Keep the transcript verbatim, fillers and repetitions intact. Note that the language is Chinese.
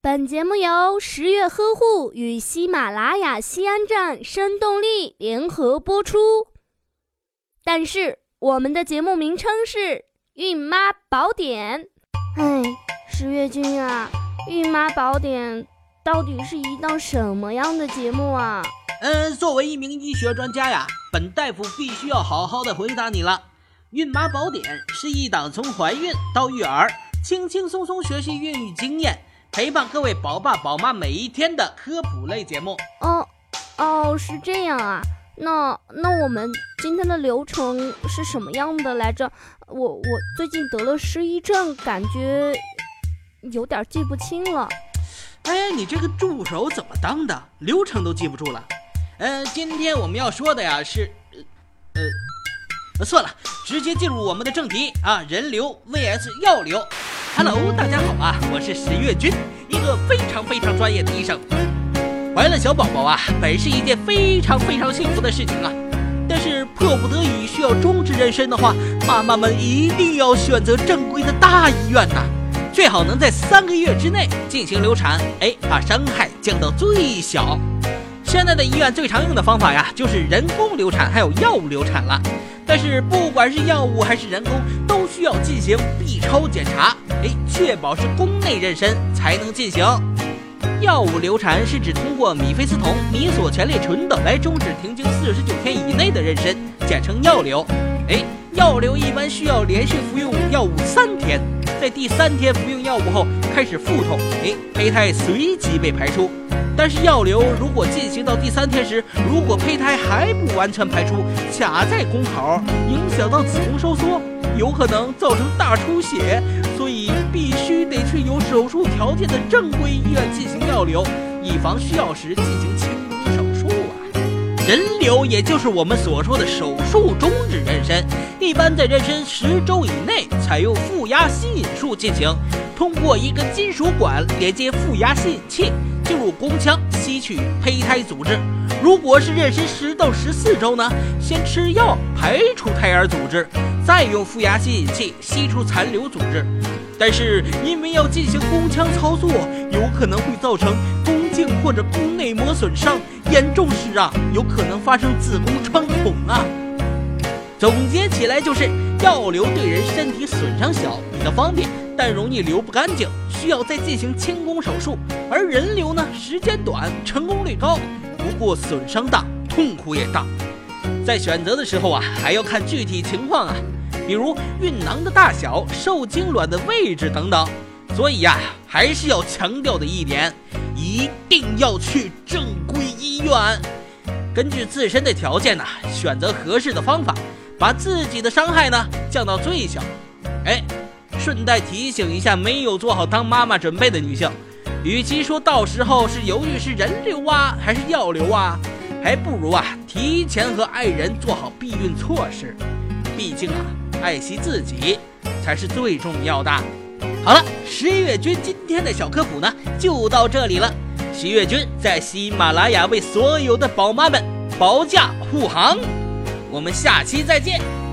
本节目由十月呵护与喜马拉雅西安站生动力联合播出。但是我们的节目名称是《孕妈宝典》。哎，十月君啊，《孕妈宝典》到底是一档什么样的节目啊？ 嗯，作为一名医学专家呀，本大夫必须要好好的回答你了。孕妈宝典是一档从怀孕到育儿，轻轻松松学习孕育经验，陪伴各位宝爸宝妈每一天的科普类节目。 哦哦，是这样啊。那那我们今天的流程是什么样的来着？我我最近得了失忆症，感觉有点记不清了。 哎，你这个助手怎么当的？流程都记不住了。呃，今天我们要说的呀是，呃呃，算了，直接进入我们的正题啊，人流 V S 药流。Hello， 大家好啊，我是十月君，一个非常非常专业的医生。怀了小宝宝啊，本是一件非常非常幸福的事情啊，但是迫不得已需要终止妊娠的话，妈妈们一定要选择正规的大医院呐、啊，最好能在三个月之内进行流产，哎，把伤害降到最小。现在的医院最常用的方法呀，就是人工流产还有药物流产了。但是不管是药物还是人工，都需要进行 B 超检查，哎，确保是宫内妊娠才能进行。药物流产是指通过米非司酮、米索前列醇等来终止停经四十九天以内的妊娠，简称药流。哎，药流一般需要连续服用药物三天，在第三天服用药物后开始腹痛，哎，胚胎随即被排出。但是药流如果进行到第三天时，如果胚胎还不完全排出，卡在宫口，影响到子宫收缩，有可能造成大出血，所以必须得去有手术条件的正规医院进行药流，以防需要时进行清宫手术啊。人流也就是我们所说的手术终止妊娠，一般在妊娠十周以内采用负压吸引术进行，通过一根金属管连接负压吸引器，进入宫腔吸取胚胎组织。如果是妊娠十到十四周呢，先吃药排除胎儿组织，再用负压吸引器吸出残留组织。但是因为要进行宫腔操作，有可能会造成宫颈或者宫内膜损伤，严重时啊，有可能发生子宫穿孔啊。总结起来就是，药流对人身体损伤小，比较方便，但容易流不干净，需要再进行清宫手术。而人流呢，时间短，成功率高，不过损伤大，痛苦也大。在选择的时候啊，还要看具体情况啊，比如孕囊的大小、受精卵的位置等等。所以呀、啊，还是要强调的一点，一定要去正规医院，根据自身的条件呢、啊，选择合适的方法，把自己的伤害呢降到最小。哎，顺带提醒一下没有做好当妈妈准备的女性，与其说到时候是犹豫是人流啊还是药流啊，还不如啊提前和爱人做好避孕措施。毕竟啊，爱惜自己才是最重要的。好了，十月君今天的小科普呢就到这里了。十月君在喜马拉雅为所有的宝妈们保驾护航，我们下期再见。